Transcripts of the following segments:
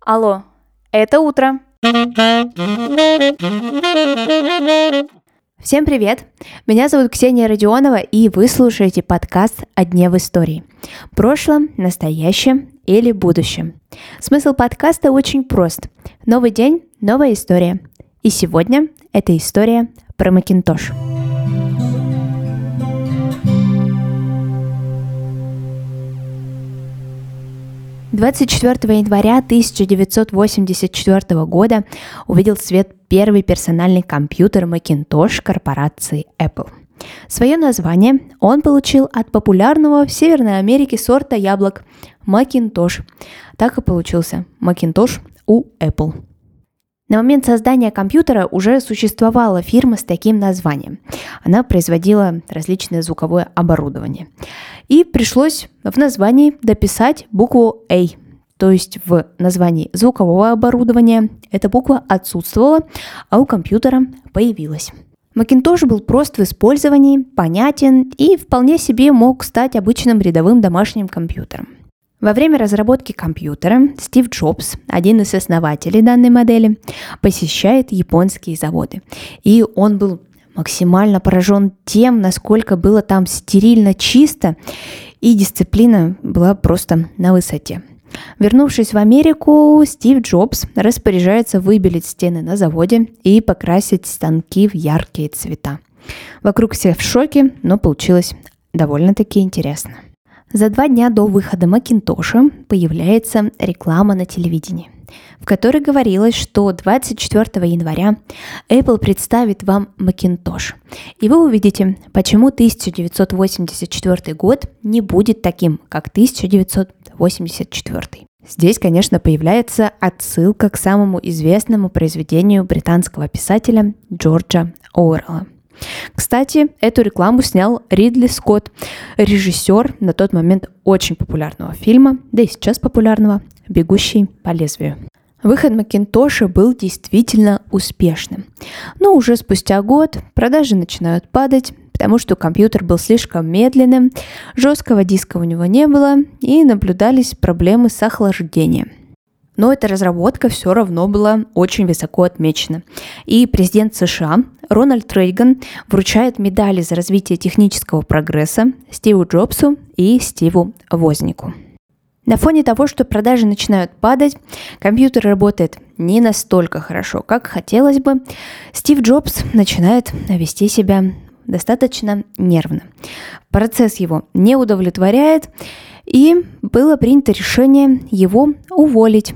Алло, это утро. Всем привет! Меня зовут Ксения Родионова, и вы слушаете подкаст «О дне в истории». Прошлом, настоящем или будущем. Смысл подкаста очень прост. Новый день, новая история. И сегодня это история про Macintosh. «24 января 1984 года увидел свет первый персональный компьютер Macintosh корпорации Apple. Свое название он получил от популярного в Северной Америке сорта яблок Macintosh. Так и получился Macintosh у Apple. На момент создания компьютера уже существовала фирма с таким названием. Она производила различное звуковое оборудование. И пришлось в названии дописать букву A. То есть в названии звукового оборудования эта буква отсутствовала, а у компьютера появилась. Macintosh был прост в использовании, понятен и вполне себе мог стать обычным рядовым домашним компьютером. Во время разработки компьютера Стив Джобс, один из основателей данной модели, посещает японские заводы. И он был максимально поражен тем, насколько было там стерильно чисто, и дисциплина была просто на высоте. Вернувшись в Америку, Стив Джобс распоряжается выбелить стены на заводе и покрасить станки в яркие цвета. Вокруг все в шоке, но получилось довольно-таки интересно. За 2 дня до выхода Macintosh появляется реклама на телевидении, в которой говорилось, что 24 января Apple представит вам Macintosh. И вы увидите, почему 1984 год не будет таким, как 1984. Здесь, конечно, появляется отсылка к самому известному произведению британского писателя Джорджа Оруэлла. Кстати, эту рекламу снял Ридли Скотт, режиссер на тот момент очень популярного фильма, да и сейчас популярного, «Бегущий по лезвию». Выход Macintosh был действительно успешным. Но уже спустя год продажи начинают падать, потому что компьютер был слишком медленным, жесткого диска у него не было и наблюдались проблемы с охлаждением. Но эта разработка все равно была очень высоко отмечена. И президент США Рональд Рейган вручает медали за развитие технического прогресса Стиву Джобсу и Стиву Вознику. На фоне того, что продажи начинают падать, компьютер работает не настолько хорошо, как хотелось бы, Стив Джобс начинает вести себя достаточно нервно. Процесс его не удовлетворяет, и было принято решение его уволить.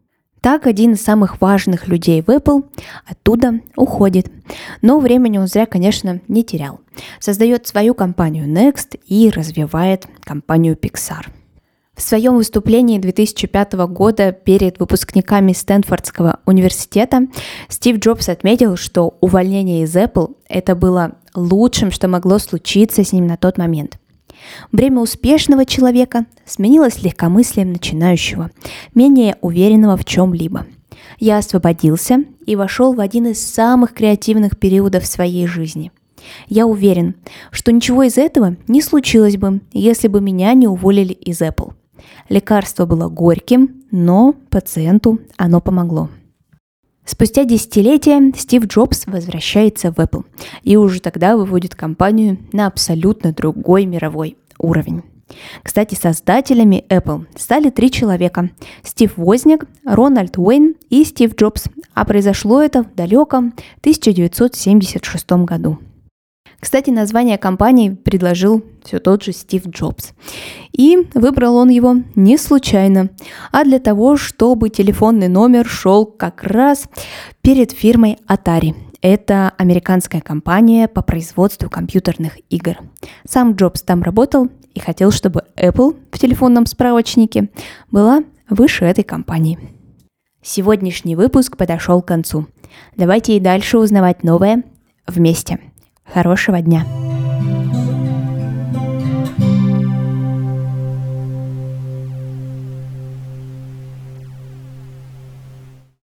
Так один из самых важных людей в Apple оттуда уходит. Но времени он зря, конечно, не терял. Создает свою компанию Next и развивает компанию Pixar. В своем выступлении 2005 года перед выпускниками Стэнфордского университета Стив Джобс отметил, что увольнение из Apple – это было лучшим, что могло случиться с ним на тот момент. Бремя успешного человека сменилось легкомыслием начинающего, менее уверенного в чем-либо. Я освободился и вошел в один из самых креативных периодов своей жизни. Я уверен, что ничего из этого не случилось бы, если бы меня не уволили из Apple. Лекарство было горьким, но пациенту оно помогло. Спустя десятилетия Стив Джобс возвращается в Apple и уже тогда выводит компанию на абсолютно другой мировой уровень. Кстати, создателями Apple стали 3 человека – Стив Возник, Рональд Уэйн и Стив Джобс, а произошло это в далеком 1976 году. Кстати, название компании предложил все тот же Стив Джобс. И выбрал он его не случайно, а для того, чтобы телефонный номер шел как раз перед фирмой Atari. Это американская компания по производству компьютерных игр. Сам Джобс там работал и хотел, чтобы Apple в телефонном справочнике была выше этой компании. Сегодняшний выпуск подошел к концу. Давайте и дальше узнавать новое вместе. Хорошего дня!